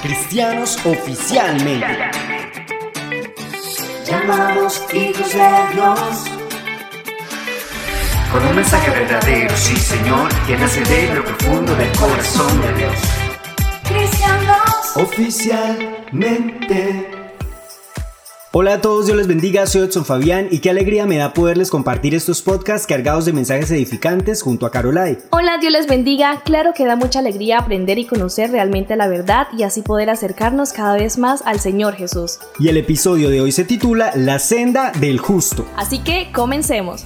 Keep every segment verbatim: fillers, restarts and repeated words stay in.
Cristianos oficialmente. Llamados hijos de Dios. Con un mensaje verdadero, sí Señor, que nace de lo profundo del corazón de Dios. Cristianos oficialmente. Hola a todos, Dios les bendiga, soy Edson Fabián y qué alegría me da poderles compartir estos podcasts cargados de mensajes edificantes junto a Carolai. Hola, Dios les bendiga, claro que da mucha alegría aprender y conocer realmente la verdad y así poder acercarnos cada vez más al Señor Jesús. Y el episodio de hoy se titula La senda del justo. Así que comencemos.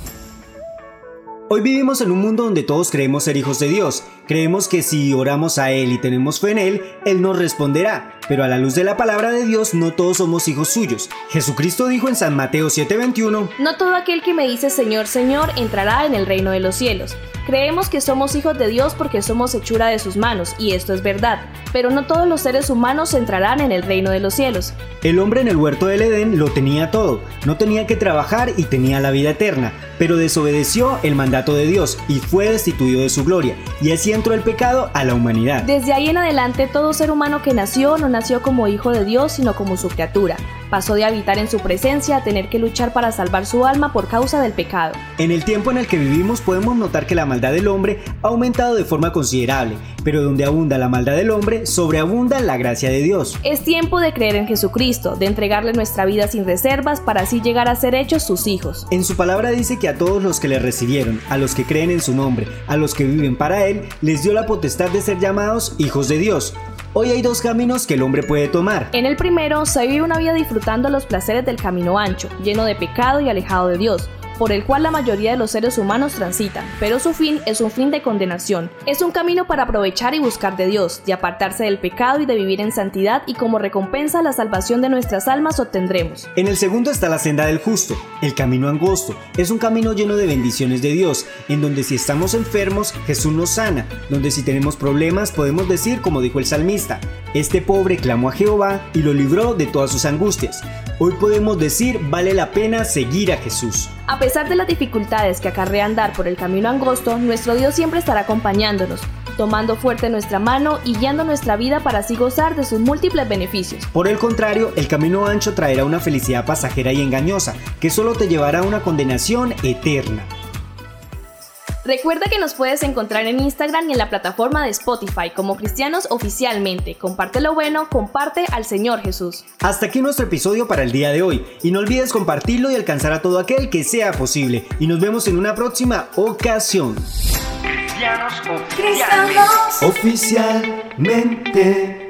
Hoy vivimos en un mundo donde todos creemos ser hijos de Dios. Creemos que si oramos a Él y tenemos fe en Él, Él nos responderá. Pero a la luz de la palabra de Dios, no todos somos hijos suyos. Jesucristo dijo en San Mateo siete veintiuno: No todo aquel que me dice Señor, Señor, entrará en el reino de los cielos. Creemos que somos hijos de Dios porque somos hechura de sus manos, y esto es verdad. Pero no todos los seres humanos entrarán en el reino de los cielos. El hombre en el huerto del Edén lo tenía todo. No tenía que trabajar y tenía la vida eterna. Pero desobedeció el mandato de Dios y fue destituido de su gloria. Y así entró el pecado a la humanidad. Desde ahí en adelante, todo ser humano que nació no nació como hijo de Dios, sino como su criatura. Pasó de habitar en su presencia a tener que luchar para salvar su alma por causa del pecado. En el tiempo en el que vivimos podemos notar que la maldad del hombre ha aumentado de forma considerable, pero donde abunda la maldad del hombre, sobreabunda la gracia de Dios. Es tiempo de creer en Jesucristo, de entregarle nuestra vida sin reservas para así llegar a ser hechos sus hijos. En su palabra dice que a todos los que le recibieron, a los que creen en su nombre, a los que viven para Él, les dio la potestad de ser llamados hijos de Dios. Hoy hay dos caminos que el hombre puede tomar. En el primero, se vive una vida disfrutando los placeres del camino ancho, lleno de pecado y alejado de Dios, por el cual la mayoría de los seres humanos transitan, pero su fin es un fin de condenación. Es un camino para aprovechar y buscar de Dios, de apartarse del pecado y de vivir en santidad, y como recompensa la salvación de nuestras almas obtendremos. En el segundo está la senda del justo, el camino angosto. Es un camino lleno de bendiciones de Dios, en donde si estamos enfermos, Jesús nos sana, donde si tenemos problemas podemos decir como dijo el salmista: este pobre clamó a Jehová y lo libró de todas sus angustias. Hoy podemos decir, vale la pena seguir a Jesús. A pesar de las dificultades que acarrea andar por el camino angosto, nuestro Dios siempre estará acompañándonos, tomando fuerte nuestra mano y guiando nuestra vida para así gozar de sus múltiples beneficios. Por el contrario, el camino ancho traerá una felicidad pasajera y engañosa, que solo te llevará a una condenación eterna. Recuerda que nos puedes encontrar en Instagram y en la plataforma de Spotify como Cristianos Oficialmente. Comparte lo bueno, comparte al Señor Jesús. Hasta aquí nuestro episodio para el día de hoy. Y no olvides compartirlo y alcanzar a todo aquel que sea posible. Y nos vemos en una próxima ocasión. Cristianos Cristianos oficialmente.